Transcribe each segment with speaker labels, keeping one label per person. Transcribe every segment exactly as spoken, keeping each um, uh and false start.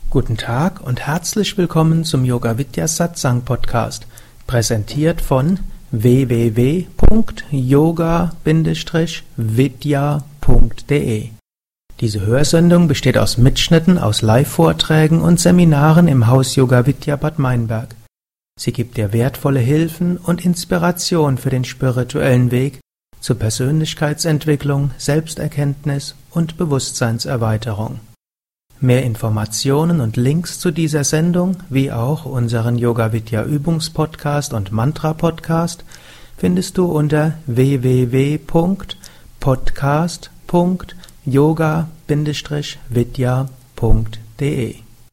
Speaker 1: Guten Tag und herzlich willkommen zum Yoga Vidya Satsang Podcast, präsentiert von w w w punkt yoga vidya punkt de. Diese Hörsendung besteht aus Mitschnitten aus Live-Vorträgen und Seminaren im Haus Yoga Vidya Bad Meinberg. Sie gibt dir wertvolle Hilfen und Inspiration für den spirituellen Weg zur Persönlichkeitsentwicklung, Selbsterkenntnis und Bewusstseinserweiterung. Mehr Informationen und Links zu dieser Sendung, wie auch unseren Yoga Vidya Übungspodcast und Mantra Podcast, findest du unter w w w punkt podcast punkt yoga vidya punkt de.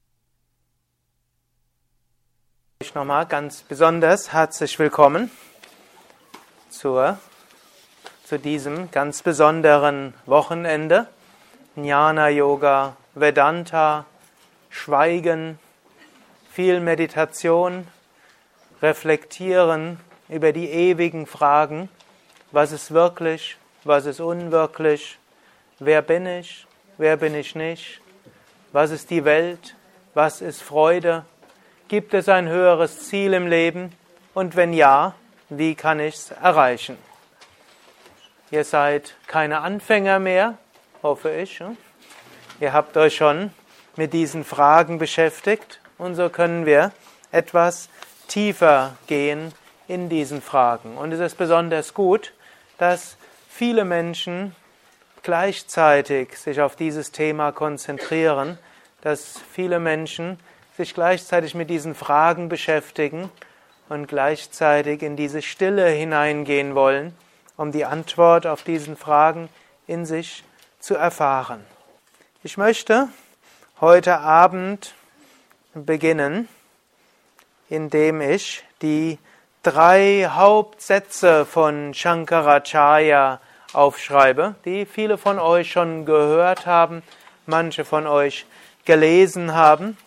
Speaker 1: Ich nochmal ganz besonders herzlich willkommen zur, zu diesem ganz besonderen Wochenende. Jnana Yoga, Vedanta, Schweigen, viel Meditation, Reflektieren über die ewigen Fragen, was ist wirklich, was ist unwirklich, wer bin ich, wer bin ich nicht, was ist die Welt, was ist Freude, gibt es ein höheres Ziel im Leben und wenn ja, wie kann ich es erreichen? Ihr seid keine Anfänger mehr, hoffe ich. Ihr habt euch schon mit diesen Fragen beschäftigt und so können wir etwas tiefer gehen in diesen Fragen. Und es ist besonders gut, dass viele Menschen gleichzeitig sich auf dieses Thema konzentrieren, dass viele Menschen sich gleichzeitig mit diesen Fragen beschäftigen und gleichzeitig in diese Stille hineingehen wollen, um die Antwort auf diese Fragen in sich zu erfahren. Ich möchte heute Abend beginnen, indem ich die drei Hauptsätze von Shankaracharya aufschreibe, die viele von euch schon gehört haben, manche von euch gelesen haben.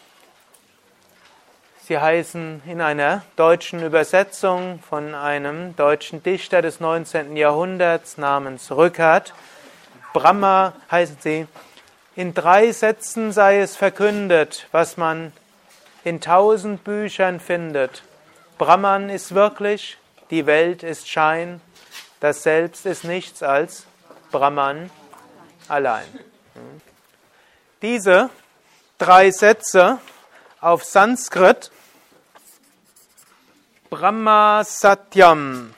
Speaker 1: Sie heißen in einer deutschen Übersetzung von einem deutschen Dichter des neunzehnten Jahrhunderts namens Rückert. Brahma heißen sie. In drei Sätzen sei es verkündet, was man in tausend Büchern findet. Brahman ist wirklich, die Welt ist Schein, das Selbst ist nichts als Brahman allein. Diese drei Sätze auf Sanskrit, Brahma Satyam.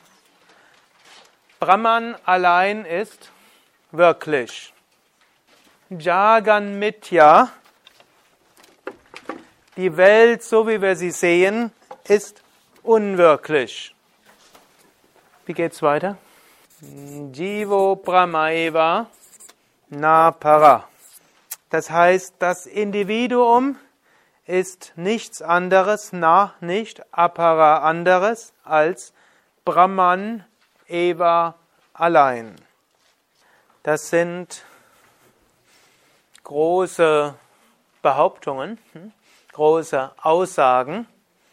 Speaker 1: Brahman allein ist wirklich. Jagan Mithya, die Welt, so wie wir sie sehen, ist unwirklich. Wie geht's weiter? Jivo Brahmaeva na para. Das heißt, das Individuum ist nichts anderes, na nicht, apara anderes, als Brahman eva allein. Das sind große Behauptungen, große Aussagen.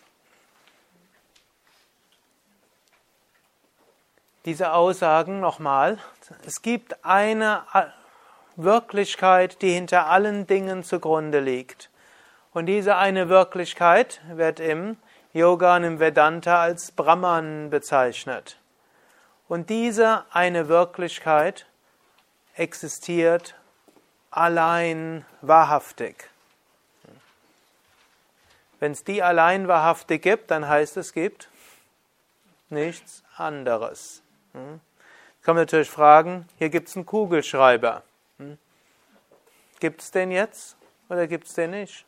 Speaker 1: Diese Aussagen nochmal, es gibt eine Wirklichkeit, die hinter allen Dingen zugrunde liegt. Und diese eine Wirklichkeit wird im Yoga und im Vedanta als Brahman bezeichnet. Und diese eine Wirklichkeit existiert allein wahrhaftig. Wenn es die allein wahrhaftig gibt, dann heißt es, es gibt nichts anderes. Jetzt kann man natürlich fragen, hier gibt es einen Kugelschreiber. Gibt es den jetzt oder gibt es den nicht?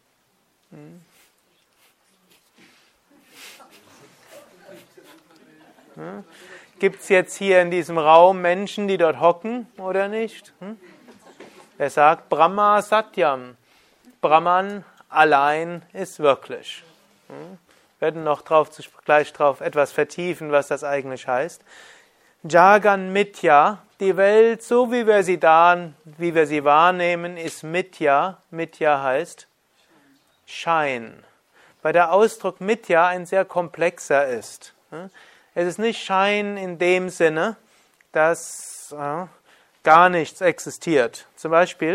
Speaker 1: Gibt es jetzt hier in diesem Raum Menschen, die dort hocken oder nicht? Er sagt Brahma Satyam. Brahman allein ist wirklich. Wir werden noch drauf, gleich drauf etwas vertiefen, was das eigentlich heißt. Jagan Mithya, die Welt, so wie wir sie da, wie wir sie wahrnehmen, ist Mithya. Mithya heißt Schein. Weil der Ausdruck Mithya ein sehr komplexer ist. Es ist nicht Schein in dem Sinne, dass gar nichts existiert. Zum Beispiel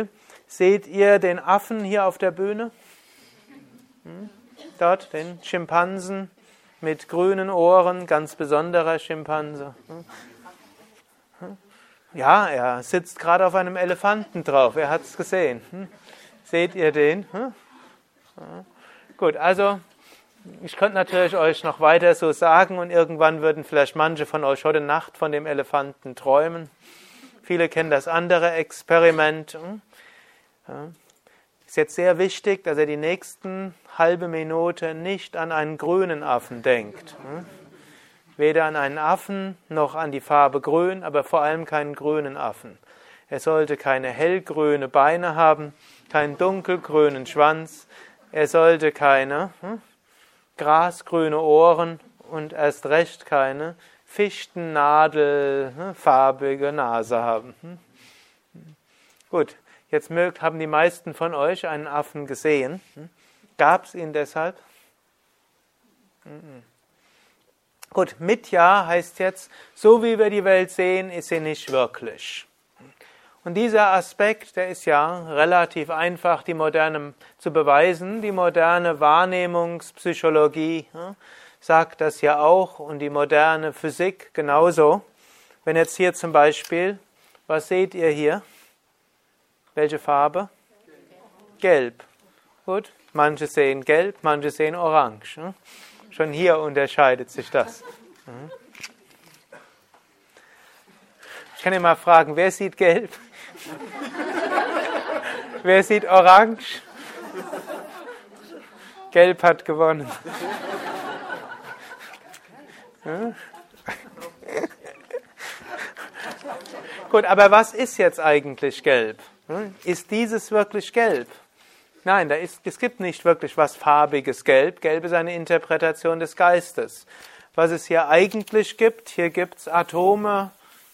Speaker 1: Seht ihr den Affen hier auf der Bühne? Hm? Dort, den Schimpansen mit grünen Ohren, ganz besonderer Schimpanse. Hm? Ja, er sitzt gerade auf einem Elefanten drauf, er hat es gesehen. Hm? Seht ihr den? Hm? Ja. Gut, also ich könnte natürlich euch noch weiter so sagen und irgendwann würden vielleicht manche von euch heute Nacht von dem Elefanten träumen. Viele kennen das andere Experiment. Ja. Ist jetzt sehr wichtig, dass ihr die nächsten halbe Minute nicht an einen grünen Affen denkt. Weder an einen Affen noch an die Farbe grün, aber vor allem keinen grünen Affen. Er sollte keine hellgrüne Beine haben, keinen dunkelgrünen Schwanz. Er sollte keine hm, grasgrüne Ohren und erst recht keine fichtennadelfarbige Nase haben. Hm. Gut, jetzt mögt, haben die meisten von euch einen Affen gesehen. Hm. Gab es ihn deshalb? Hm. Gut, Mithya heißt jetzt, so wie wir die Welt sehen, ist sie nicht wirklich. Und dieser Aspekt, der ist ja relativ einfach, die moderne zu beweisen. Die moderne Wahrnehmungspsychologie ja, sagt das ja auch und die moderne Physik genauso. Wenn jetzt hier zum Beispiel, was seht ihr hier? Welche Farbe? Gelb. Gut, manche sehen gelb, manche sehen orange. Ja. Schon hier unterscheidet sich das. Ich kann ja mal fragen, wer sieht gelb? Wer sieht orange? Gelb hat gewonnen. Gut, aber was ist jetzt eigentlich gelb? Ist dieses wirklich gelb? Nein, da ist, es gibt nicht wirklich was farbiges Gelb. Gelb ist eine Interpretation des Geistes. Was es hier eigentlich gibt, hier gibt es Atome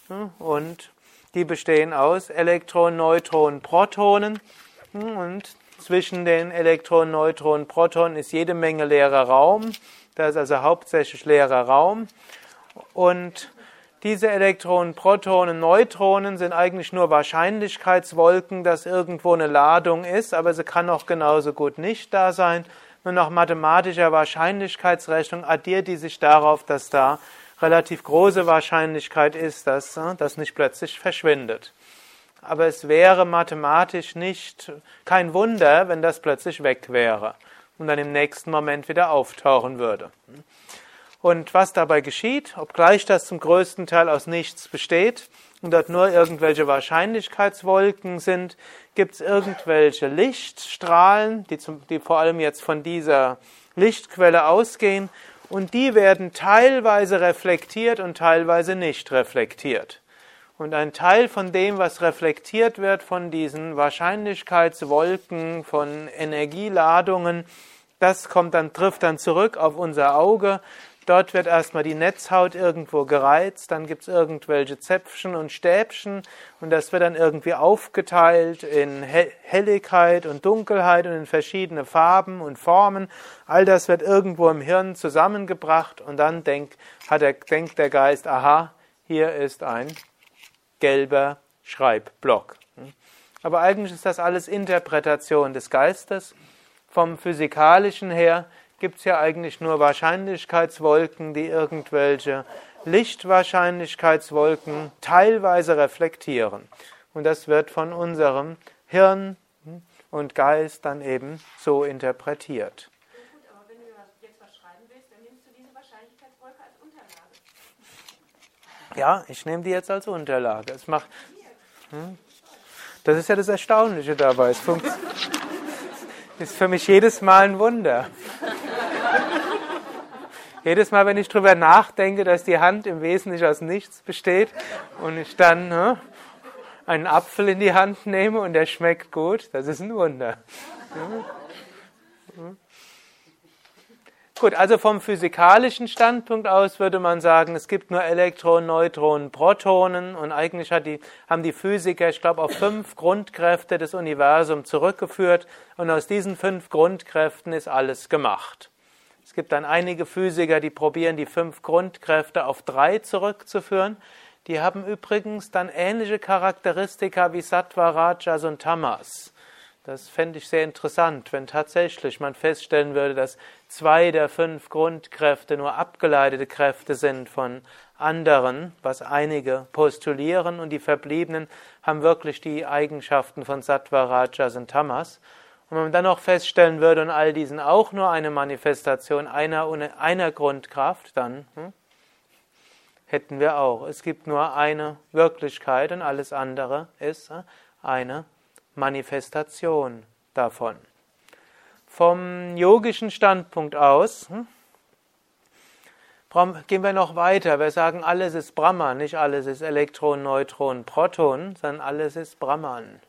Speaker 1: und die bestehen aus Elektronen, Neutronen, Protonen. Und zwischen den Elektronen, Neutronen, Protonen ist jede Menge leerer Raum. Da ist also hauptsächlich leerer Raum. Und diese Elektronen, Protonen, Neutronen sind eigentlich nur Wahrscheinlichkeitswolken, dass irgendwo eine Ladung ist, aber sie kann auch genauso gut nicht da sein. Nur nach mathematischer Wahrscheinlichkeitsrechnung addiert die sich darauf, dass da relativ große Wahrscheinlichkeit ist, dass das nicht plötzlich verschwindet. Aber es wäre mathematisch nicht kein Wunder, wenn das plötzlich weg wäre und dann im nächsten Moment wieder auftauchen würde. Und was dabei geschieht, obgleich das zum größten Teil aus nichts besteht und dort nur irgendwelche Wahrscheinlichkeitswolken sind, gibt es irgendwelche Lichtstrahlen, die, zum, die vor allem jetzt von dieser Lichtquelle ausgehen und die werden teilweise reflektiert und teilweise nicht reflektiert. Und ein Teil von dem, was reflektiert wird, von diesen Wahrscheinlichkeitswolken, von Energieladungen, das kommt dann, trifft dann zurück auf unser Auge. Dort wird erstmal die Netzhaut irgendwo gereizt, dann gibt es irgendwelche Zäpfchen und Stäbchen und das wird dann irgendwie aufgeteilt in Helligkeit und Dunkelheit und in verschiedene Farben und Formen. All das wird irgendwo im Hirn zusammengebracht und dann denk, hat der, denkt der Geist, aha, hier ist ein gelber Schreibblock. Aber eigentlich ist das alles Interpretation des Geistes. Vom Physikalischen her gibt es ja eigentlich nur Wahrscheinlichkeitswolken, die irgendwelche Lichtwahrscheinlichkeitswolken teilweise reflektieren. Und das wird von unserem Hirn und Geist dann eben so interpretiert.
Speaker 2: Gut, aber wenn du jetzt was schreiben willst, dann nimmst du diese Wahrscheinlichkeitswolke als Unterlage.
Speaker 1: Ja, ich nehme die jetzt als Unterlage. Es macht, hm, das ist ja das Erstaunliche dabei. Es funkt, ist für mich jedes Mal ein Wunder. Jedes Mal, wenn ich drüber nachdenke, dass die Hand im Wesentlichen aus nichts besteht und ich dann ne, einen Apfel in die Hand nehme und der schmeckt gut, das ist ein Wunder. Ja. Ja. Gut, also vom physikalischen Standpunkt aus würde man sagen, es gibt nur Elektronen, Neutronen, Protonen und eigentlich hat die, haben die Physiker, ich glaube, auf fünf Grundkräfte des Universums zurückgeführt und aus diesen fünf Grundkräften ist alles gemacht. Es gibt dann einige Physiker, die probieren, die fünf Grundkräfte auf drei zurückzuführen. Die haben übrigens dann ähnliche Charakteristika wie Sattva, Rajas und Tamas. Das fände ich sehr interessant, wenn tatsächlich man feststellen würde, dass zwei der fünf Grundkräfte nur abgeleitete Kräfte sind von anderen, was einige postulieren, und die Verbliebenen haben wirklich die Eigenschaften von Sattva, Rajas und Tamas. Und wenn man dann noch feststellen würde, und all diesen auch nur eine Manifestation einer, einer Grundkraft, dann hm, hätten wir auch. Es gibt nur eine Wirklichkeit und alles andere ist eine Manifestation davon. Vom yogischen Standpunkt aus hm, gehen wir noch weiter. Wir sagen, alles ist Brahman, nicht alles ist Elektron, Neutron, Proton, sondern alles ist Brahman.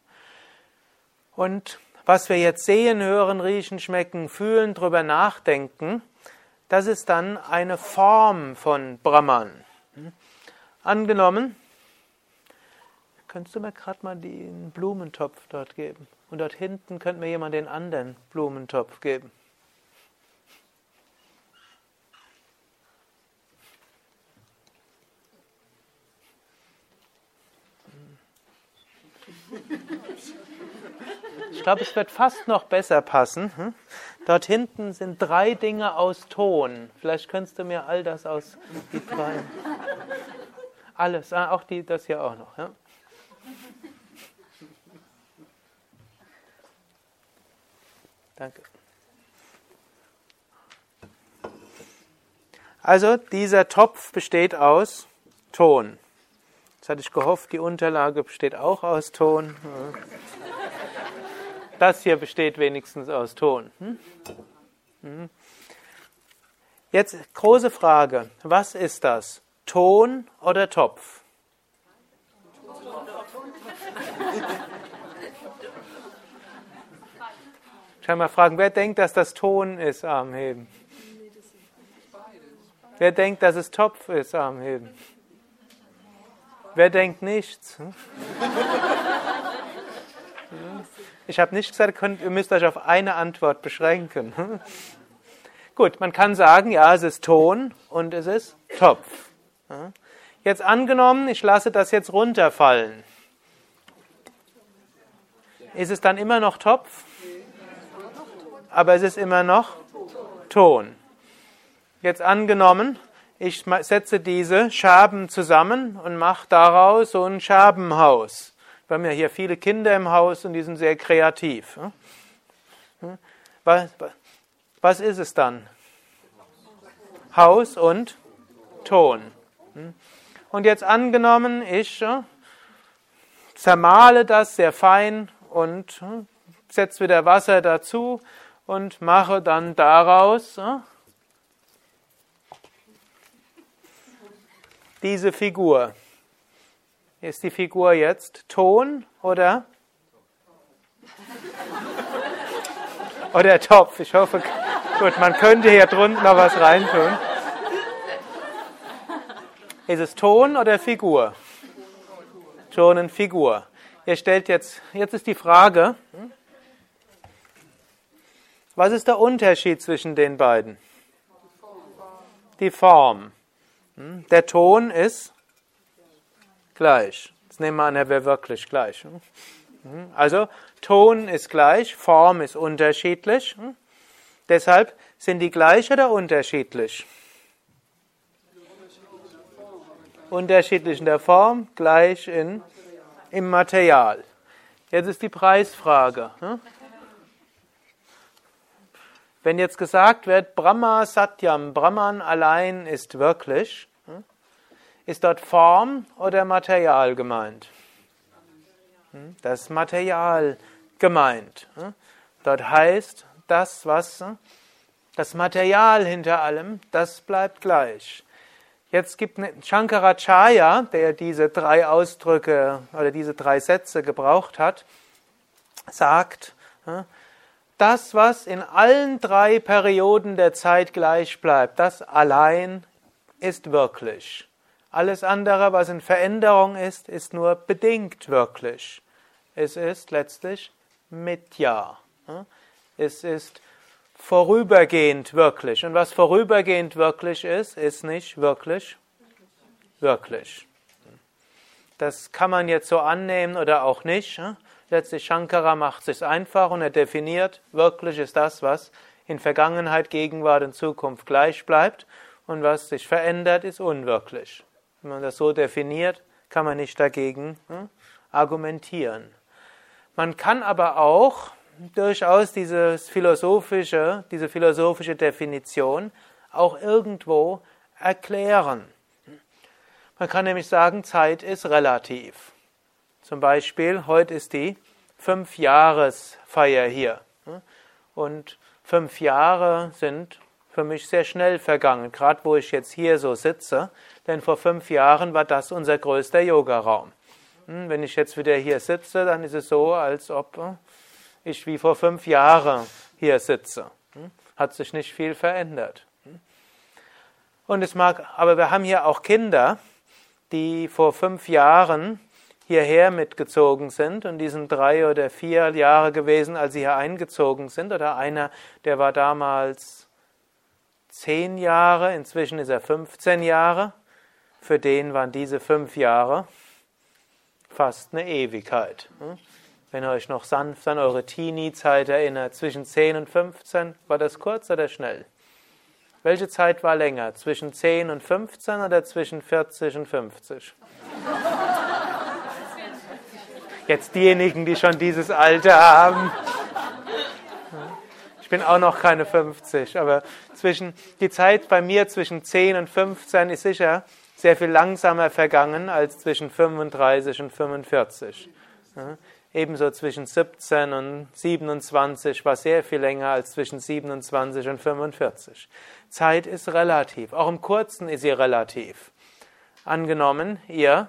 Speaker 1: Und was wir jetzt sehen, hören, riechen, schmecken, fühlen, drüber nachdenken, das ist dann eine Form von Brahman. Angenommen, könntest du mir gerade mal den Blumentopf dort geben? Und dort hinten könnte mir jemand den anderen Blumentopf geben. Ich glaube, es wird fast noch besser passen. Dort hinten sind drei Dinge aus Ton. Vielleicht könntest du mir all das aus die drei. Alles, auch die, das hier auch noch. Ja? Danke. Also, dieser Topf besteht aus Ton. Jetzt hatte ich gehofft, die Unterlage besteht auch aus Ton. Das hier besteht wenigstens aus Ton. Jetzt große Frage. Was ist das? Ton oder Topf? Ich kann mal fragen, wer denkt, dass das Ton ist? Arm heben. Wer denkt, dass es Topf ist? Arm heben. Wer denkt nichts? Ich habe nicht gesagt, ihr müsst euch auf eine Antwort beschränken. Gut, man kann sagen, ja, es ist Ton und es ist Topf. Jetzt angenommen, ich lasse das jetzt runterfallen. Ist es dann immer noch Topf? Aber es ist immer noch Ton. Jetzt angenommen, ich setze diese Scherben zusammen und mache daraus so ein Scherbenhaus. Wir haben ja hier viele Kinder im Haus und die sind sehr kreativ. Was, was ist es dann? Haus und Ton. Und jetzt angenommen, ich zermahle das sehr fein und setze wieder Wasser dazu und mache dann daraus diese Figur. Ist die Figur jetzt Ton oder? Oder Topf? Ich hoffe, gut, man könnte hier drunten noch was reintun. Ist es Ton oder Figur? Ton und Figur. Ihr stellt jetzt, jetzt ist die Frage, was ist der Unterschied zwischen den beiden? Die Form. Der Ton ist gleich. Jetzt nehmen wir an, er wäre wirklich gleich. Also, Ton ist gleich, Form ist unterschiedlich. Deshalb sind die gleich oder unterschiedlich? Unterschiedlich in der Form, gleich in, im Material. Jetzt ist die Preisfrage. Wenn jetzt gesagt wird, Brahma Satyam, Brahman allein ist wirklich, ist dort Form oder Material gemeint? Das ist Material gemeint. Dort heißt, das, was das Material hinter allem, das bleibt gleich. Jetzt gibt Shankaracharya, der diese drei Ausdrücke oder diese drei Sätze gebraucht hat, sagt, das, was in allen drei Perioden der Zeit gleich bleibt, das allein ist wirklich. Alles andere, was in Veränderung ist, ist nur bedingt wirklich. Es ist letztlich Mithya. Es ist vorübergehend wirklich. Und was vorübergehend wirklich ist, ist nicht wirklich wirklich. Das kann man jetzt so annehmen oder auch nicht. Letztlich Shankara macht es sich einfach und er definiert, wirklich ist das, was in Vergangenheit, Gegenwart und Zukunft gleich bleibt und was sich verändert, ist unwirklich. Wenn man das so definiert, kann man nicht dagegen hm, argumentieren. Man kann aber auch durchaus dieses philosophische, diese philosophische Definition auch irgendwo erklären. Man kann nämlich sagen, Zeit ist relativ. Zum Beispiel, heute ist die Fünfjahresfeier hier. Und fünf Jahre sind für mich sehr schnell vergangen, gerade wo ich jetzt hier so sitze, denn vor fünf Jahren war das unser größter Yogaraum. Wenn ich jetzt wieder hier sitze, dann ist es so, als ob ich wie vor fünf Jahren hier sitze. Hat sich nicht viel verändert. Und es mag, aber wir haben hier auch Kinder, die vor fünf Jahren hierher mitgezogen sind und die sind drei oder vier Jahre gewesen, als sie hier eingezogen sind. Oder einer, der war damals zehn Jahre, inzwischen ist er fünfzehn Jahre. Für den waren diese fünf Jahre fast eine Ewigkeit. Wenn ihr euch noch sanft an eure Teenie-Zeit erinnert, zwischen zehn und fünfzehn, war das kurz oder schnell? Welche Zeit war länger? Zwischen zehn und fünfzehn oder zwischen vierzig und fünfzig? Jetzt diejenigen, die schon dieses Alter haben. Ich bin auch noch keine fünfzig, aber zwischen, die Zeit bei mir zwischen zehn und fünfzehn ist sicher sehr viel langsamer vergangen als zwischen fünfunddreißig und fünfundvierzig. Ja, ebenso zwischen siebzehn und siebenundzwanzig war sehr viel länger als zwischen siebenundzwanzig und fünfundvierzig. Zeit ist relativ, auch im Kurzen ist sie relativ. Angenommen, ihr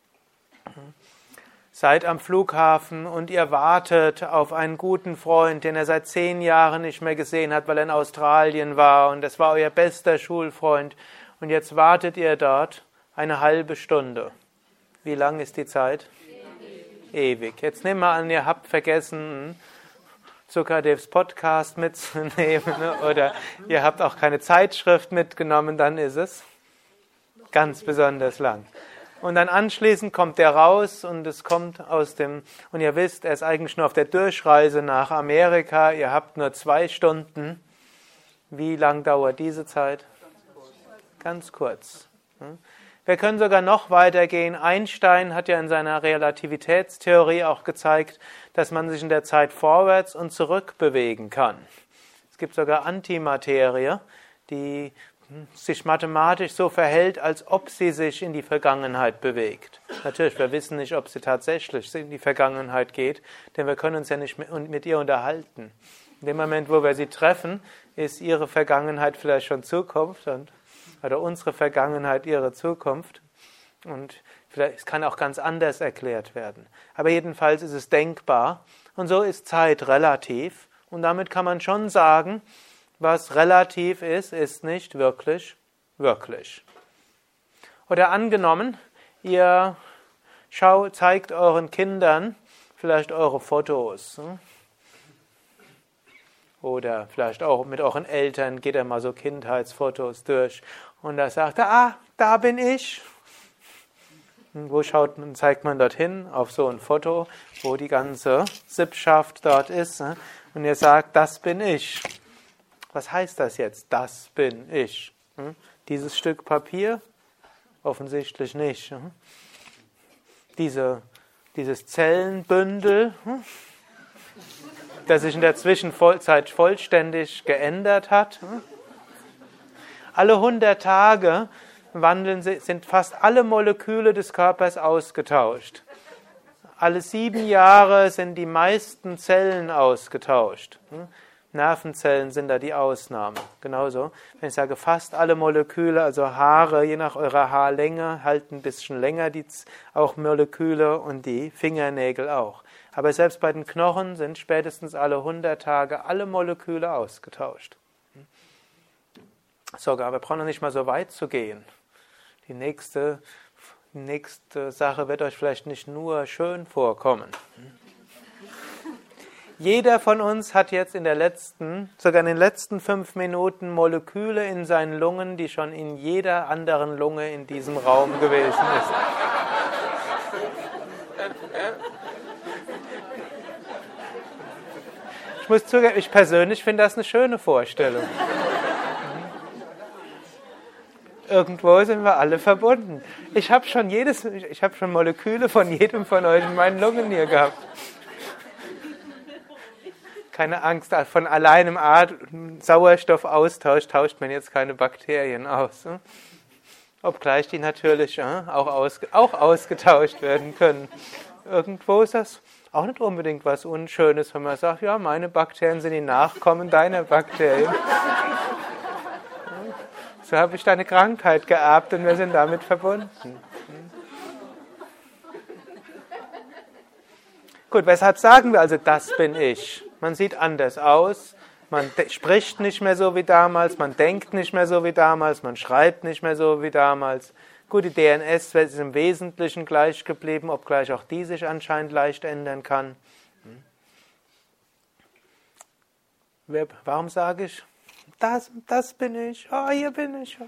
Speaker 1: seid am Flughafen und ihr wartet auf einen guten Freund, den er seit zehn Jahren nicht mehr gesehen hat, weil er in Australien war und das war euer bester Schulfreund und jetzt wartet ihr dort eine halbe Stunde. Wie lang ist die Zeit? Ewig. Ewig. Jetzt nehmen wir an, ihr habt vergessen, Sukadevs Podcast mitzunehmen oder ihr habt auch keine Zeitschrift mitgenommen, dann ist es ganz besonders lang. Und dann anschließend kommt der raus und es kommt aus dem, und ihr wisst, er ist eigentlich nur auf der Durchreise nach Amerika, ihr habt nur zwei Stunden. Wie lang dauert diese Zeit? Ganz kurz. Wir können sogar noch weitergehen. Einstein hat ja in seiner Relativitätstheorie auch gezeigt, dass man sich in der Zeit vorwärts und zurück bewegen kann. Es gibt sogar Antimaterie, die sich mathematisch so verhält, als ob sie sich in die Vergangenheit bewegt. Natürlich, wir wissen nicht, ob sie tatsächlich in die Vergangenheit geht, denn wir können uns ja nicht mit ihr unterhalten. In dem Moment, wo wir sie treffen, ist ihre Vergangenheit vielleicht schon Zukunft und, oder unsere Vergangenheit ihre Zukunft. Und vielleicht es kann auch ganz anders erklärt werden. Aber jedenfalls ist es denkbar. Und so ist Zeit relativ. Und damit kann man schon sagen, was relativ ist, ist nicht wirklich wirklich. Oder angenommen, ihr schaut, zeigt euren Kindern vielleicht eure Fotos. Oder vielleicht auch mit euren Eltern geht ihr mal so Kindheitsfotos durch. Und da sagt er, ah, da bin ich. Und wo schaut man, zeigt man dorthin? Auf so ein Foto, wo die ganze Sippschaft dort ist. Und ihr sagt, das bin ich. Was heißt das jetzt? Das bin ich. Hm? Dieses Stück Papier? Offensichtlich nicht. Hm? Diese, dieses Zellenbündel, hm? das sich in der Zwischenzeit vollständig geändert hat. Hm? Alle hundert Tage wandeln, sind fast alle Moleküle des Körpers ausgetauscht. Alle sieben Jahre sind die meisten Zellen ausgetauscht. Hm? Nervenzellen sind da die Ausnahme. Genauso, wenn ich sage, fast alle Moleküle, also Haare, je nach eurer Haarlänge, halten ein bisschen länger die auch Moleküle und die Fingernägel auch. Aber selbst bei den Knochen sind spätestens alle hundert Tage alle Moleküle ausgetauscht. Sogar, wir brauchen noch nicht mal so weit zu gehen. Die nächste, die nächste Sache wird euch vielleicht nicht nur schön vorkommen. Jeder von uns hat jetzt in der letzten, sogar in den letzten fünf Minuten Moleküle in seinen Lungen, die schon in jeder anderen Lunge in diesem Raum gewesen ist. muss zugeben, ich persönlich finde das eine schöne Vorstellung. Irgendwo sind wir alle verbunden. Ich habe schon jedes, ich habe schon Moleküle von jedem von euch in meinen Lungen hier gehabt. Keine Angst, von alleinem Sauerstoffaustausch tauscht man jetzt keine Bakterien aus. Obgleich die natürlich auch, aus, auch ausgetauscht werden können. Irgendwo ist das auch nicht unbedingt was Unschönes, wenn man sagt, ja, meine Bakterien sind die Nachkommen deiner Bakterien. So habe ich deine Krankheit geerbt und wir sind damit verbunden. Gut, weshalb sagen wir also, das bin ich? Man sieht anders aus, man spricht nicht mehr so wie damals, man denkt nicht mehr so wie damals, man schreibt nicht mehr so wie damals. Gut, die D N S ist im Wesentlichen gleich geblieben, obgleich auch die sich anscheinend leicht ändern kann. Warum sage ich, das, das bin ich, oh, hier bin ich.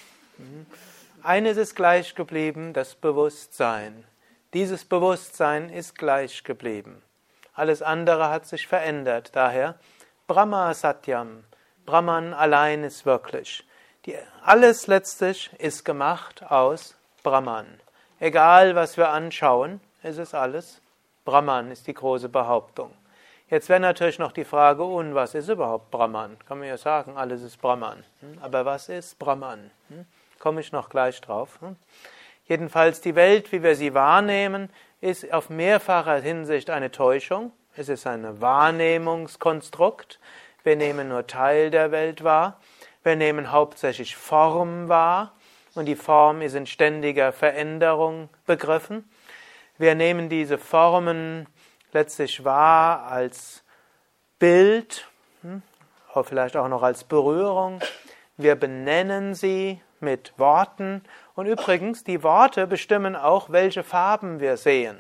Speaker 1: Eines ist gleich geblieben, das Bewusstsein. Dieses Bewusstsein ist gleich geblieben. Alles andere hat sich verändert. Daher Brahma Satyam. Brahman allein ist wirklich. Die, alles letztlich ist gemacht aus Brahman. Egal, was wir anschauen, ist es alles Brahman, ist die große Behauptung. Jetzt wäre natürlich noch die Frage, und was ist überhaupt Brahman? Kann man ja sagen, alles ist Brahman. Aber was ist Brahman? Komme ich noch gleich drauf. Jedenfalls die Welt, wie wir sie wahrnehmen, ist auf mehrfacher Hinsicht eine Täuschung. Es ist ein Wahrnehmungskonstrukt. Wir nehmen nur Teil der Welt wahr. Wir nehmen hauptsächlich Form wahr. Und die Form ist in ständiger Veränderung begriffen. Wir nehmen diese Formen letztlich wahr als Bild, vielleicht auch noch als Berührung. Wir benennen sie mit Worten. Und übrigens, die Worte bestimmen auch, welche Farben wir sehen.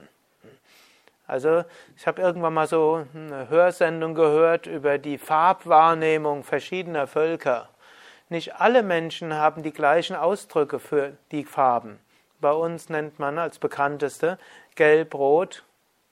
Speaker 1: Also, ich habe irgendwann mal so eine Hörsendung gehört über die Farbwahrnehmung verschiedener Völker. Nicht alle Menschen haben die gleichen Ausdrücke für die Farben. Bei uns nennt man als bekannteste Gelb, Rot,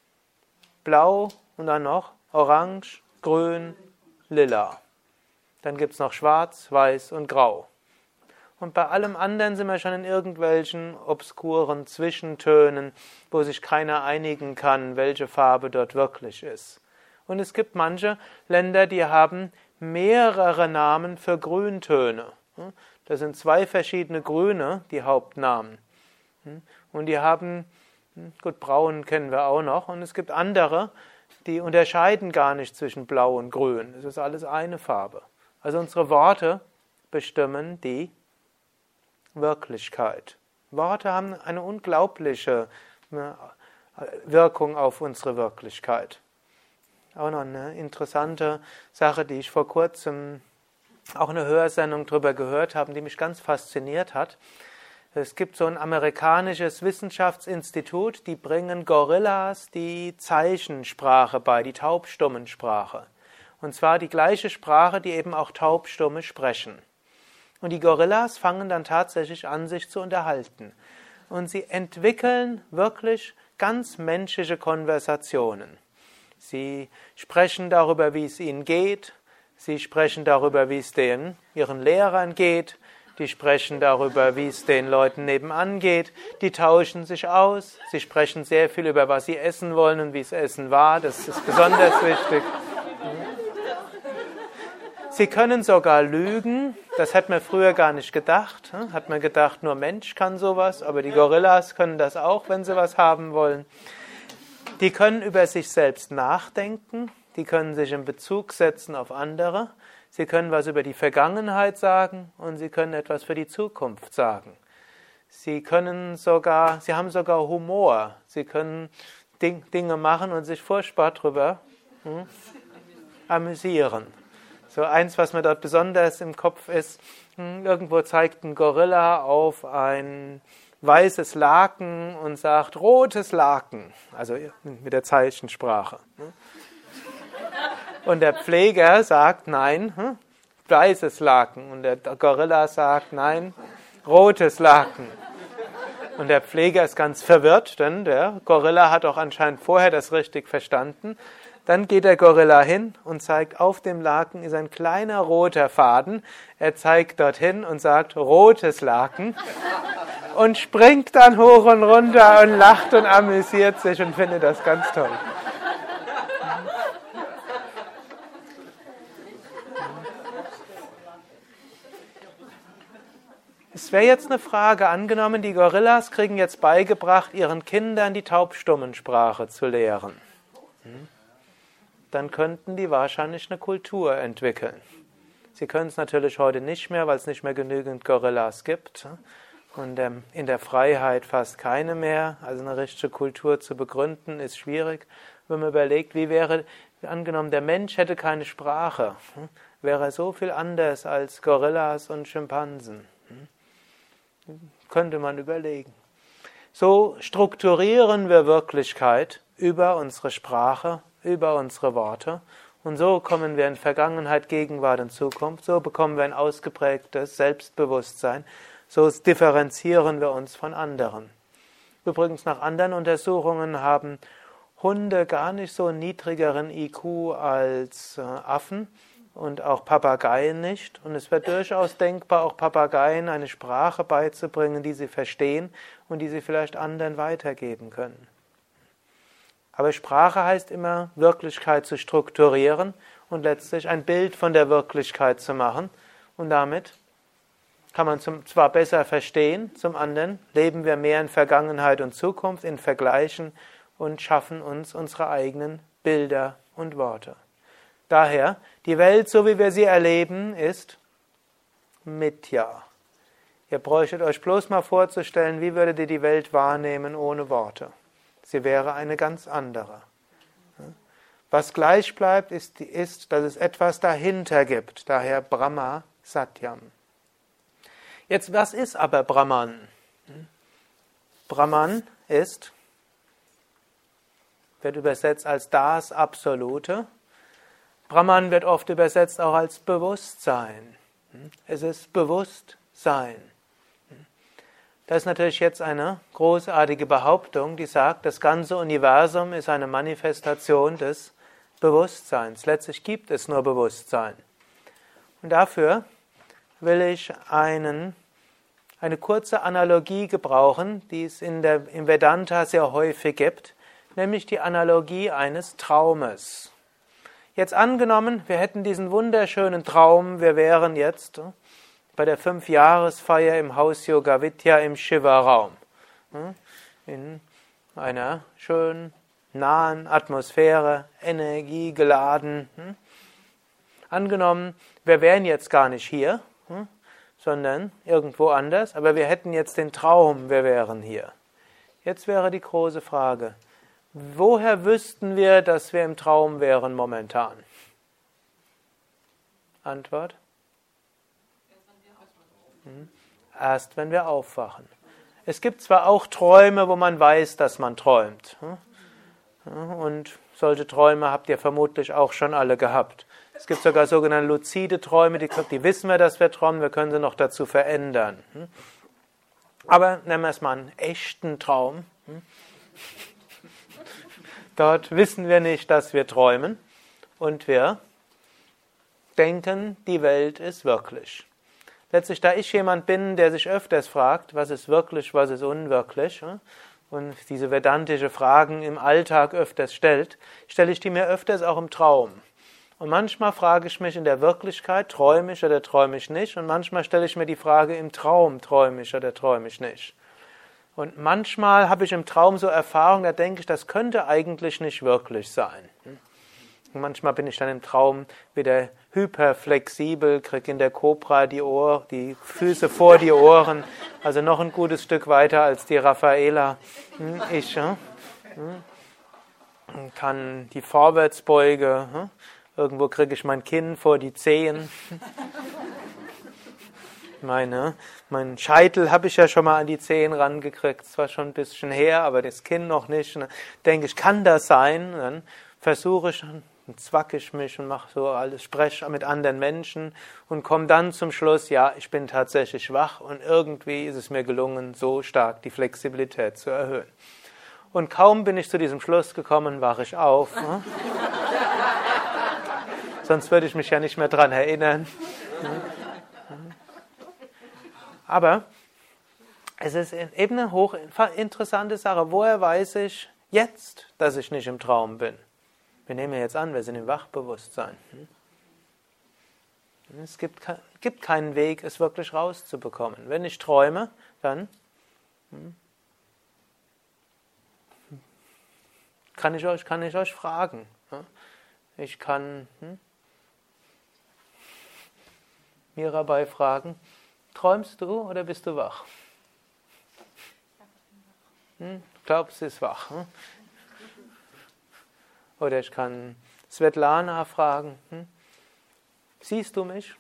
Speaker 1: Blau und dann noch Orange, Grün, Lila. Dann gibt es noch Schwarz, Weiß und Grau. Und bei allem anderen sind wir schon in irgendwelchen obskuren Zwischentönen, wo sich keiner einigen kann, welche Farbe dort wirklich ist. Und es gibt manche Länder, die haben mehrere Namen für Grüntöne. Das sind zwei verschiedene Grüne, die Hauptnamen. Und die haben, gut, Braun kennen wir auch noch, und es gibt andere, die unterscheiden gar nicht zwischen Blau und Grün. Es ist alles eine Farbe. Also unsere Worte bestimmen die Wirklichkeit. Worte haben eine unglaubliche Wirkung auf unsere Wirklichkeit. Auch noch eine interessante Sache, die ich vor kurzem auch eine Hörsendung darüber gehört habe, die mich ganz fasziniert hat. Es gibt so ein amerikanisches Wissenschaftsinstitut, die bringen Gorillas die Zeichensprache bei, die Taubstummensprache. Und zwar die gleiche Sprache, die eben auch Taubstumme sprechen. Und die Gorillas fangen dann tatsächlich an, sich zu unterhalten. Und sie entwickeln wirklich ganz menschliche Konversationen. Sie sprechen darüber, wie es ihnen geht. Sie sprechen darüber, wie es denen, ihren Lehrern geht. Die sprechen darüber, wie es den Leuten nebenan geht. Die tauschen sich aus. Sie sprechen sehr viel über, was sie essen wollen und wie es Essen war. Das ist besonders wichtig. Sie können sogar lügen. Das hat man früher gar nicht gedacht. Hat man gedacht, nur Mensch kann sowas. Aber die Gorillas können das auch, wenn sie was haben wollen. Die können über sich selbst nachdenken. Die können sich in Bezug setzen auf andere. Sie können was über die Vergangenheit sagen und sie können etwas für die Zukunft sagen. Sie können sogar, sie haben sogar Humor. Sie können Ding, Dinge machen und sich furchtbar drüber hm, amüsieren. So eins, was mir dort besonders im Kopf ist, hm, irgendwo zeigt ein Gorilla auf ein weißes Laken und sagt rotes Laken, also mit der Zeichensprache. Und der Pfleger sagt, nein, hm, weißes Laken. Und der Gorilla sagt, nein, rotes Laken. Und der Pfleger ist ganz verwirrt, denn der Gorilla hat auch anscheinend vorher das richtig verstanden. Dann geht der Gorilla hin und zeigt, auf dem Laken ist ein kleiner roter Faden. Er zeigt dorthin und sagt, rotes Laken. Und springt dann hoch und runter und lacht und amüsiert sich und findet das ganz toll. Es wäre jetzt eine Frage, angenommen, die Gorillas kriegen jetzt beigebracht, ihren Kindern die Taubstummensprache zu lehren. Dann könnten die wahrscheinlich eine Kultur entwickeln. Sie können es natürlich heute nicht mehr, weil es nicht mehr genügend Gorillas gibt. Und in der Freiheit fast keine mehr. Also eine richtige Kultur zu begründen, ist schwierig. Wenn man überlegt, wie wäre, angenommen, der Mensch hätte keine Sprache, wäre er so viel anders als Gorillas und Schimpansen. Könnte man überlegen. So strukturieren wir Wirklichkeit über unsere Sprache, über unsere Worte. Und so kommen wir in Vergangenheit, Gegenwart und Zukunft. So bekommen wir ein ausgeprägtes Selbstbewusstsein. So differenzieren wir uns von anderen. Übrigens, nach anderen Untersuchungen haben Hunde gar nicht so einen niedrigeren I Q als Affen. Und auch Papageien nicht. Und es wäre durchaus denkbar, auch Papageien eine Sprache beizubringen, die sie verstehen und die sie vielleicht anderen weitergeben können. Aber Sprache heißt immer, Wirklichkeit zu strukturieren und letztlich ein Bild von der Wirklichkeit zu machen. Und damit kann man zum, zwar besser verstehen, zum anderen leben wir mehr in Vergangenheit und Zukunft, in Vergleichen und schaffen uns unsere eigenen Bilder und Worte. Daher, die Welt, so wie wir sie erleben, ist Mithya. Ihr bräuchtet euch bloß mal vorzustellen, wie würdet ihr die Welt wahrnehmen ohne Worte? Sie wäre eine ganz andere. Was gleich bleibt, ist, ist, dass es etwas dahinter gibt. Daher Brahma Satyam. Jetzt, was ist aber Brahman? Brahman ist, wird übersetzt als das Absolute. Brahman wird oft übersetzt auch als Bewusstsein. Es ist Bewusstsein. Das ist natürlich jetzt eine großartige Behauptung, die sagt, das ganze Universum ist eine Manifestation des Bewusstseins. Letztlich gibt es nur Bewusstsein. Und dafür will ich einen, eine kurze Analogie gebrauchen, die es in der, im Vedanta sehr häufig gibt, nämlich die Analogie eines Traumes. Jetzt angenommen, wir hätten diesen wunderschönen Traum, wir wären jetzt bei der Fünfjahresfeier im Haus Yogavidya im Shiva-Raum. In einer schönen, nahen Atmosphäre, energiegeladen. Angenommen, wir wären jetzt gar nicht hier, sondern irgendwo anders, aber wir hätten jetzt den Traum, wir wären hier. Jetzt wäre die große Frage, woher wüssten wir, dass wir im Traum wären momentan? Antwort? Erst wenn wir aufwachen. Es gibt zwar auch Träume, wo man weiß, dass man träumt. Und solche Träume habt ihr vermutlich auch schon alle gehabt. Es gibt sogar sogenannte luzide Träume, die, die wissen wir, dass wir träumen, wir können sie noch dazu verändern. Aber nehmen wir es mal einen echten Traum. Dort wissen wir nicht, dass wir träumen und wir denken, die Welt ist wirklich. Letztlich, da ich jemand bin, der sich öfters fragt, was ist wirklich, was ist unwirklich, und diese vedantische Fragen im Alltag öfters stellt, stelle ich die mir öfters auch im Traum. Und manchmal frage ich mich in der Wirklichkeit, träume ich oder träume ich nicht, und manchmal stelle ich mir die Frage im Traum, träume ich oder träume ich nicht. Und manchmal habe ich im Traum so Erfahrungen, da denke ich, das könnte eigentlich nicht wirklich sein. Und manchmal bin ich dann im Traum wieder hyperflexibel, kriege in der Kobra die, Ohr, die Füße vor die Ohren, also noch ein gutes Stück weiter als die Raffaela. Ich kann die Vorwärtsbeuge, irgendwo kriege ich mein Kinn vor die Zehen. Meine, meinen Scheitel habe ich ja schon mal an die Zehen rangekriegt, zwar schon ein bisschen her, aber das Kinn noch nicht. Und dann denke ich, kann das sein? Und dann versuche ich, dann zwacke ich mich und mache so alles, spreche mit anderen Menschen und komme dann zum Schluss, ja, ich bin tatsächlich wach und irgendwie ist es mir gelungen, so stark die Flexibilität zu erhöhen. Und kaum bin ich zu diesem Schluss gekommen, wache ich auf. Ne? sonst würde ich mich ja nicht mehr dran erinnern. Aber es ist eben eine hochinteressante Sache. Woher weiß ich jetzt, dass ich nicht im Traum bin? Wir nehmen ja jetzt an, wir sind im Wachbewusstsein. Es gibt, gibt keinen Weg, es wirklich rauszubekommen. Wenn ich träume, dann kann ich euch, kann ich euch fragen. Ich kann hm, Mirabai fragen, träumst du oder bist du wach? Hm, glaubst du, sie ist wach? Hm? Oder ich kann Svetlana fragen, hm, siehst du mich?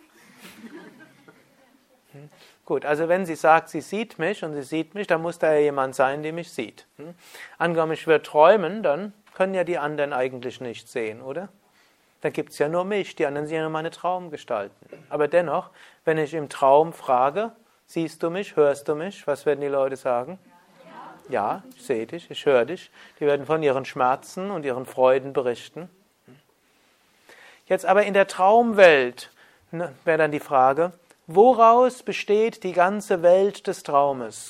Speaker 1: Hm? Gut, also wenn sie sagt, sie sieht mich und sie sieht mich, dann muss da ja jemand sein, der mich sieht. Hm? Angenommen, ich würde träumen, dann können ja die anderen eigentlich nicht sehen, oder? Da gibt es ja nur mich, die anderen sind ja nur meine Traumgestalten. Aber dennoch, wenn ich im Traum frage, siehst du mich, hörst du mich, was werden die Leute sagen? Ja, ich sehe dich, ich höre dich. Die werden von ihren Schmerzen und ihren Freuden berichten. Jetzt aber in der Traumwelt wäre dann die Frage, woraus besteht die ganze Welt des Traumes?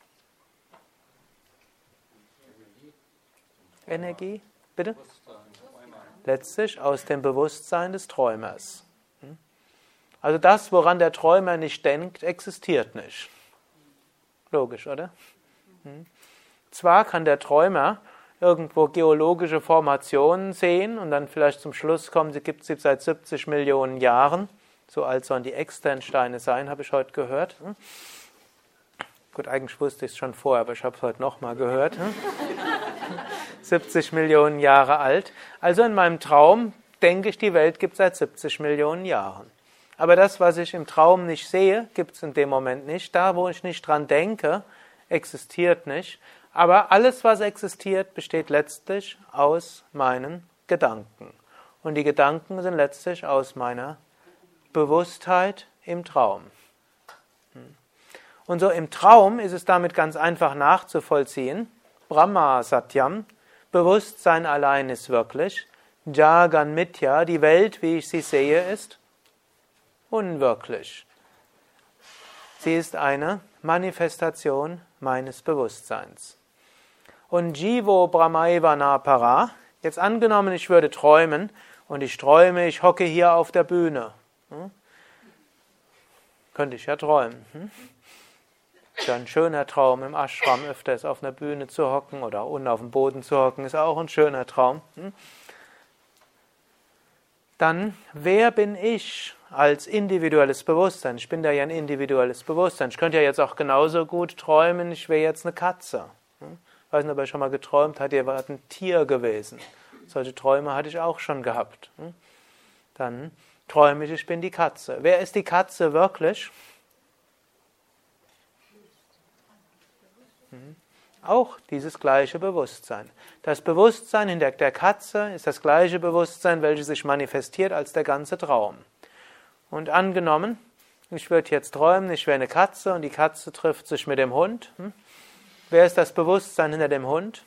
Speaker 1: Energie? Bitte? Letztlich aus dem Bewusstsein des Träumers. Also das, woran der Träumer nicht denkt, existiert nicht. Logisch, oder? Zwar kann der Träumer irgendwo geologische Formationen sehen und dann vielleicht zum Schluss kommen, sie gibt es seit siebzig Millionen Jahren. So alt sollen die Externsteine sein, habe ich heute gehört. Gut, eigentlich wusste ich es schon vorher, aber ich habe es heute nochmal gehört. siebzig Millionen Jahre alt. Also in meinem Traum denke ich, die Welt gibt es seit siebzig Millionen Jahren. Aber das, was ich im Traum nicht sehe, gibt es in dem Moment nicht. Da, wo ich nicht dran denke, existiert nicht. Aber alles, was existiert, besteht letztlich aus meinen Gedanken. Und die Gedanken sind letztlich aus meiner Bewusstheit im Traum. Und so im Traum ist es damit ganz einfach nachzuvollziehen. Brahma Satyam, Bewusstsein allein ist wirklich. Jagan Mithya, die Welt, wie ich sie sehe, ist unwirklich. Sie ist eine Manifestation meines Bewusstseins. Und Jivo Brahmaivana Para, jetzt angenommen, ich würde träumen und ich träume, ich hocke hier auf der Bühne. Hm? Könnte ich ja träumen. Hm? Ist ja ein schöner Traum, im Ashram öfters auf einer Bühne zu hocken oder unten auf dem Boden zu hocken, ist auch ein schöner Traum. Hm? Dann, wer bin ich als individuelles Bewusstsein? Ich bin da ja ein individuelles Bewusstsein. Ich könnte ja jetzt auch genauso gut träumen, ich wäre jetzt eine Katze. Ich weiß nicht, ob ihr schon mal geträumt habt, ihr wart ein Tier gewesen. Solche Träume hatte ich auch schon gehabt. Dann träume ich, ich bin die Katze. Wer ist die Katze wirklich? Auch dieses gleiche Bewusstsein. Das Bewusstsein hinter der Katze ist das gleiche Bewusstsein, welches sich manifestiert als der ganze Traum. Und angenommen, ich würde jetzt träumen, ich wäre eine Katze und die Katze trifft sich mit dem Hund. Hm? Wer ist das Bewusstsein hinter dem Hund?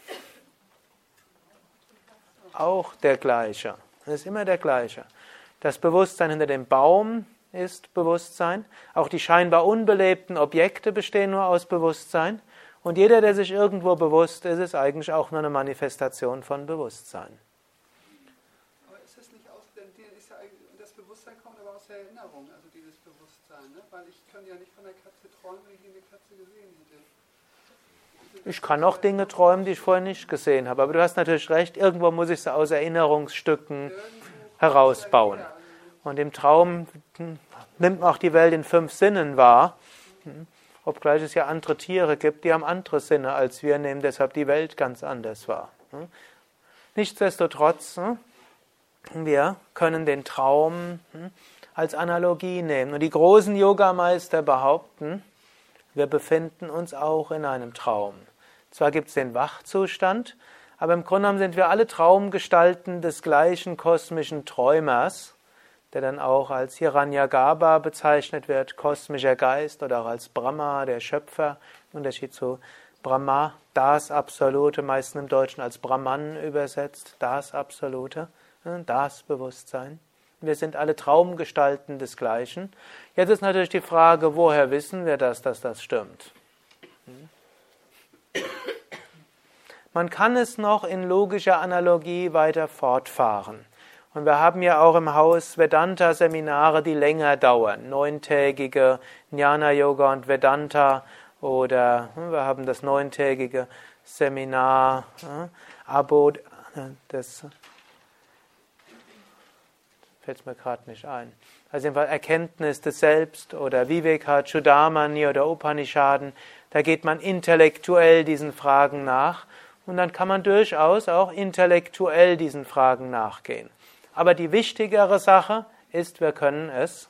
Speaker 1: Auch der gleiche. Es ist immer der gleiche. Das Bewusstsein hinter dem Baum ist Bewusstsein. Auch die scheinbar unbelebten Objekte bestehen nur aus Bewusstsein. Und jeder, der sich irgendwo bewusst ist, ist eigentlich auch nur eine Manifestation von Bewusstsein.
Speaker 3: Aber ist das nicht aus, denn ist ja das Bewusstsein kommt aber aus der Erinnerung, also dieses Bewusstsein, ne? Weil ich kann ja nicht von der Katze träumen, wenn ich eine Katze gesehen hätte.
Speaker 1: Ich kann auch Dinge träumen, die ich vorher nicht gesehen habe. Aber du hast natürlich recht, irgendwo muss ich sie aus Erinnerungsstücken herausbauen. Und im Traum nimmt man auch die Welt in fünf Sinnen wahr. Obgleich es ja andere Tiere gibt, die haben andere Sinne als wir, nehmen deshalb die Welt ganz anders wahr. Nichtsdestotrotz, wir können den Traum als Analogie nehmen. Und die großen Yogameister behaupten, wir befinden uns auch in einem Traum. Zwar gibt es den Wachzustand, aber im Grunde genommen sind wir alle Traumgestalten des gleichen kosmischen Träumers, der dann auch als Hiranyagarbha bezeichnet wird, kosmischer Geist, oder auch als Brahma, der Schöpfer, im Unterschied zu Brahma, das Absolute, meistens im Deutschen als Brahman übersetzt, das Absolute, das Bewusstsein. Wir sind alle Traumgestalten desgleichen. Jetzt ist natürlich die Frage, woher wissen wir das, dass das stimmt? Man kann es noch in logischer Analogie weiter fortfahren. Und wir haben ja auch im Haus Vedanta-Seminare, die länger dauern. Neuntägige Jnana-Yoga und Vedanta. Oder wir haben das neuntägige Seminar äh, Abo, das fällt mir gerade nicht ein. Also jedenfalls Erkenntnis des Selbst oder Vivekachudamani oder Upanishaden. Da geht man intellektuell diesen Fragen nach. Und dann kann man durchaus auch intellektuell diesen Fragen nachgehen. Aber die wichtigere Sache ist, wir können es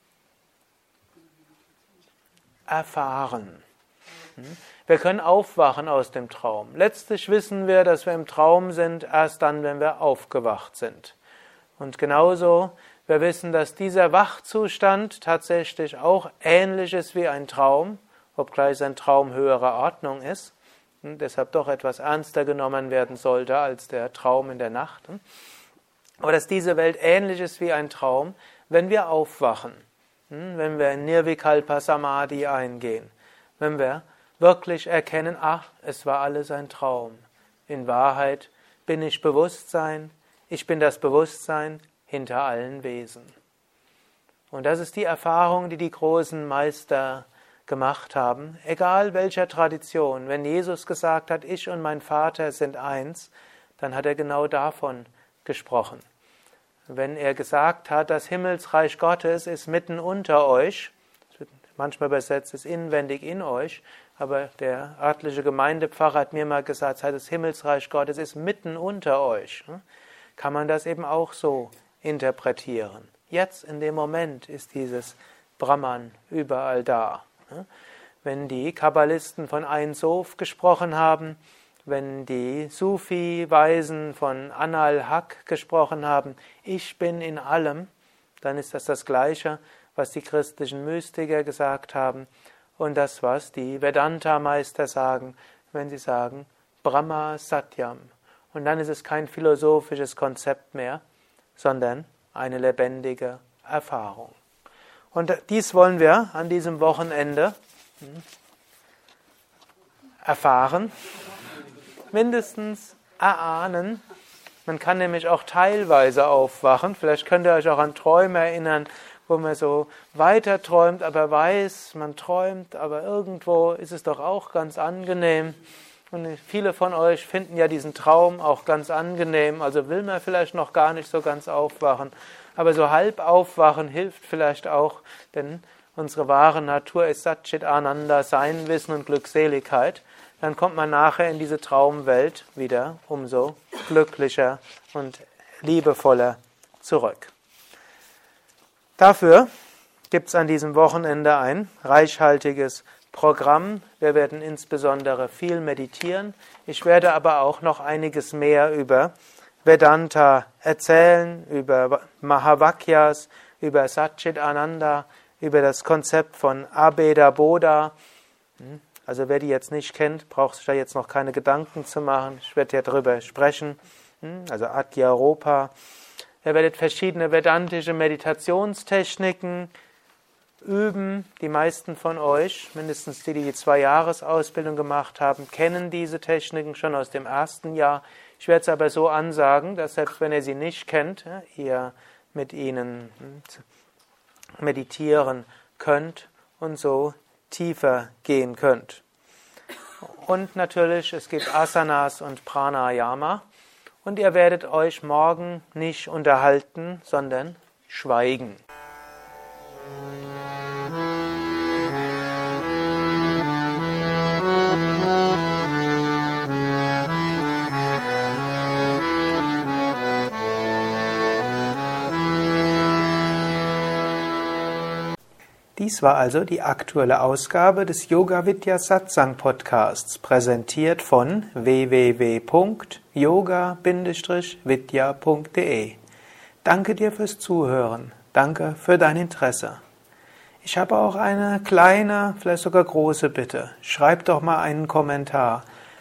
Speaker 1: erfahren. Wir können aufwachen aus dem Traum. Letztlich wissen wir, dass wir im Traum sind, erst dann, wenn wir aufgewacht sind. Und genauso, wir wissen, dass dieser Wachzustand tatsächlich auch ähnlich ist wie ein Traum, obgleich es ein Traum höherer Ordnung ist. Und deshalb doch etwas ernster genommen werden sollte als der Traum in der Nacht. Aber dass diese Welt ähnlich ist wie ein Traum, wenn wir aufwachen, wenn wir in Nirvikalpa Samadhi eingehen, wenn wir wirklich erkennen, ach, es war alles ein Traum. In Wahrheit bin ich Bewusstsein, ich bin das Bewusstsein hinter allen Wesen. Und das ist die Erfahrung, die die großen Meister gemacht haben, egal welcher Tradition. Wenn Jesus gesagt hat, ich und mein Vater sind eins, dann hat er genau davon gesprochen. Wenn er gesagt hat, das Himmelsreich Gottes ist mitten unter euch, das wird manchmal übersetzt, ist inwendig in euch, aber der örtliche Gemeindepfarrer hat mir mal gesagt, das Himmelsreich Gottes ist mitten unter euch. Kann man das eben auch so interpretieren. Jetzt, in dem Moment, ist dieses Brahman überall da. Wenn die Kabbalisten von Ein Sof gesprochen haben, wenn die Sufi-Weisen von Anal Haq gesprochen haben, ich bin in allem, dann ist das das Gleiche, was die christlichen Mystiker gesagt haben und das, was die Vedanta-Meister sagen, wenn sie sagen Brahma Satyam. Und dann ist es kein philosophisches Konzept mehr, sondern eine lebendige Erfahrung. Und dies wollen wir an diesem Wochenende erfahren, mindestens erahnen. Man kann nämlich auch teilweise aufwachen. Vielleicht könnt ihr euch auch an Träume erinnern, wo man so weiter träumt, aber weiß, man träumt, aber irgendwo ist es doch auch ganz angenehm. Und viele von euch finden ja diesen Traum auch ganz angenehm, also will man vielleicht noch gar nicht so ganz aufwachen. Aber so halb aufwachen hilft vielleicht auch, denn unsere wahre Natur ist Satchit Ananda, Sein, Wissen und Glückseligkeit. Dann kommt man nachher in diese Traumwelt wieder umso glücklicher und liebevoller zurück. Dafür gibt es an diesem Wochenende ein reichhaltiges Programm. Wir werden insbesondere viel meditieren. Ich werde aber auch noch einiges mehr über Vedanta erzählen, über Mahavakyas, über Satchit Ananda, über das Konzept von Abheda Bodha. Also wer die jetzt nicht kennt, braucht sich da jetzt noch keine Gedanken zu machen. Ich werde ja darüber sprechen. Also Adhyaropa. Ihr werdet verschiedene vedantische Meditationstechniken üben. Die meisten von euch, mindestens die, die die Zwei-Jahres-Ausbildung gemacht haben, kennen diese Techniken schon aus dem ersten Jahr. Ich werde es aber so ansagen, dass selbst wenn ihr sie nicht kennt, ihr mit ihnen meditieren könnt und so tiefer gehen könnt. Und natürlich, es gibt Asanas und Pranayama. Und ihr werdet euch morgen nicht unterhalten, sondern schweigen. Dies war also die aktuelle Ausgabe des Yoga Vidya Satsang Podcasts, präsentiert von w w w punkt yoga vidya punkt de. Danke dir fürs Zuhören. Danke für dein Interesse. Ich habe auch eine kleine, vielleicht sogar große Bitte. Schreib doch mal einen Kommentar.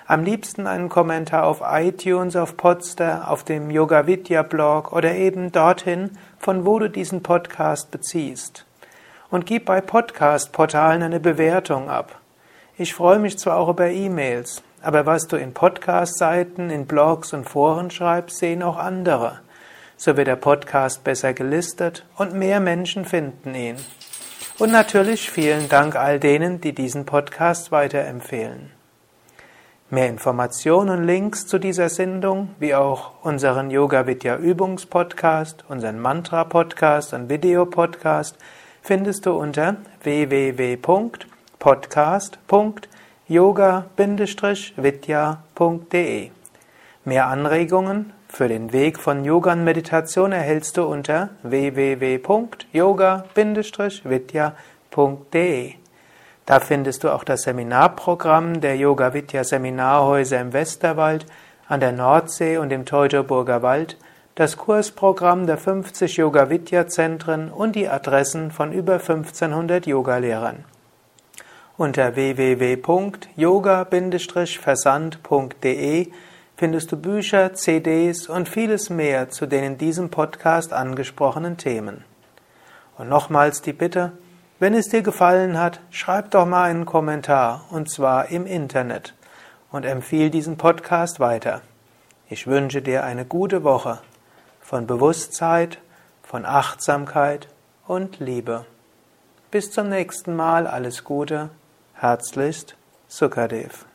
Speaker 1: Am liebsten einen Kommentar auf iTunes, auf Podster, auf dem Yoga Vidya Blog oder eben dorthin, von wo du diesen Podcast beziehst. Und gib bei Podcast-Portalen eine Bewertung ab. Ich freue mich zwar auch über E-Mails, aber was du in Podcast-Seiten, in Blogs und Foren schreibst, sehen auch andere. So wird der Podcast besser gelistet und mehr Menschen finden ihn. Und natürlich vielen Dank all denen, die diesen Podcast weiterempfehlen. Mehr Informationen und Links zu dieser Sendung, wie auch unseren Yoga Vidya Übungspodcast, unseren Mantra Podcast und Videopodcast, findest du unter w w w punkt podcast punkt yoga vidya punkt d e. Mehr Anregungen für den Weg von Yoga und Meditation erhältst du unter w w w punkt yoga vidya punkt d e. Da findest du auch das Seminarprogramm der Yoga Vidya Seminarhäuser im Westerwald, an der Nordsee und im Teutoburger Wald, das Kursprogramm der fünfzig Yoga Vidya Zentren und die Adressen von über fünfzehnhundert Yogalehrern. Unter w w w punkt yoga versand punkt d e findest du Bücher, C Ds und vieles mehr zu den in diesem Podcast angesprochenen Themen. Und nochmals die Bitte, wenn es dir gefallen hat, schreib doch mal einen Kommentar, und zwar im Internet, und empfiehl diesen Podcast weiter. Ich wünsche dir eine gute Woche von Bewusstheit, von Achtsamkeit und Liebe. Bis zum nächsten Mal, alles Gute, herzlichst, Sukadev.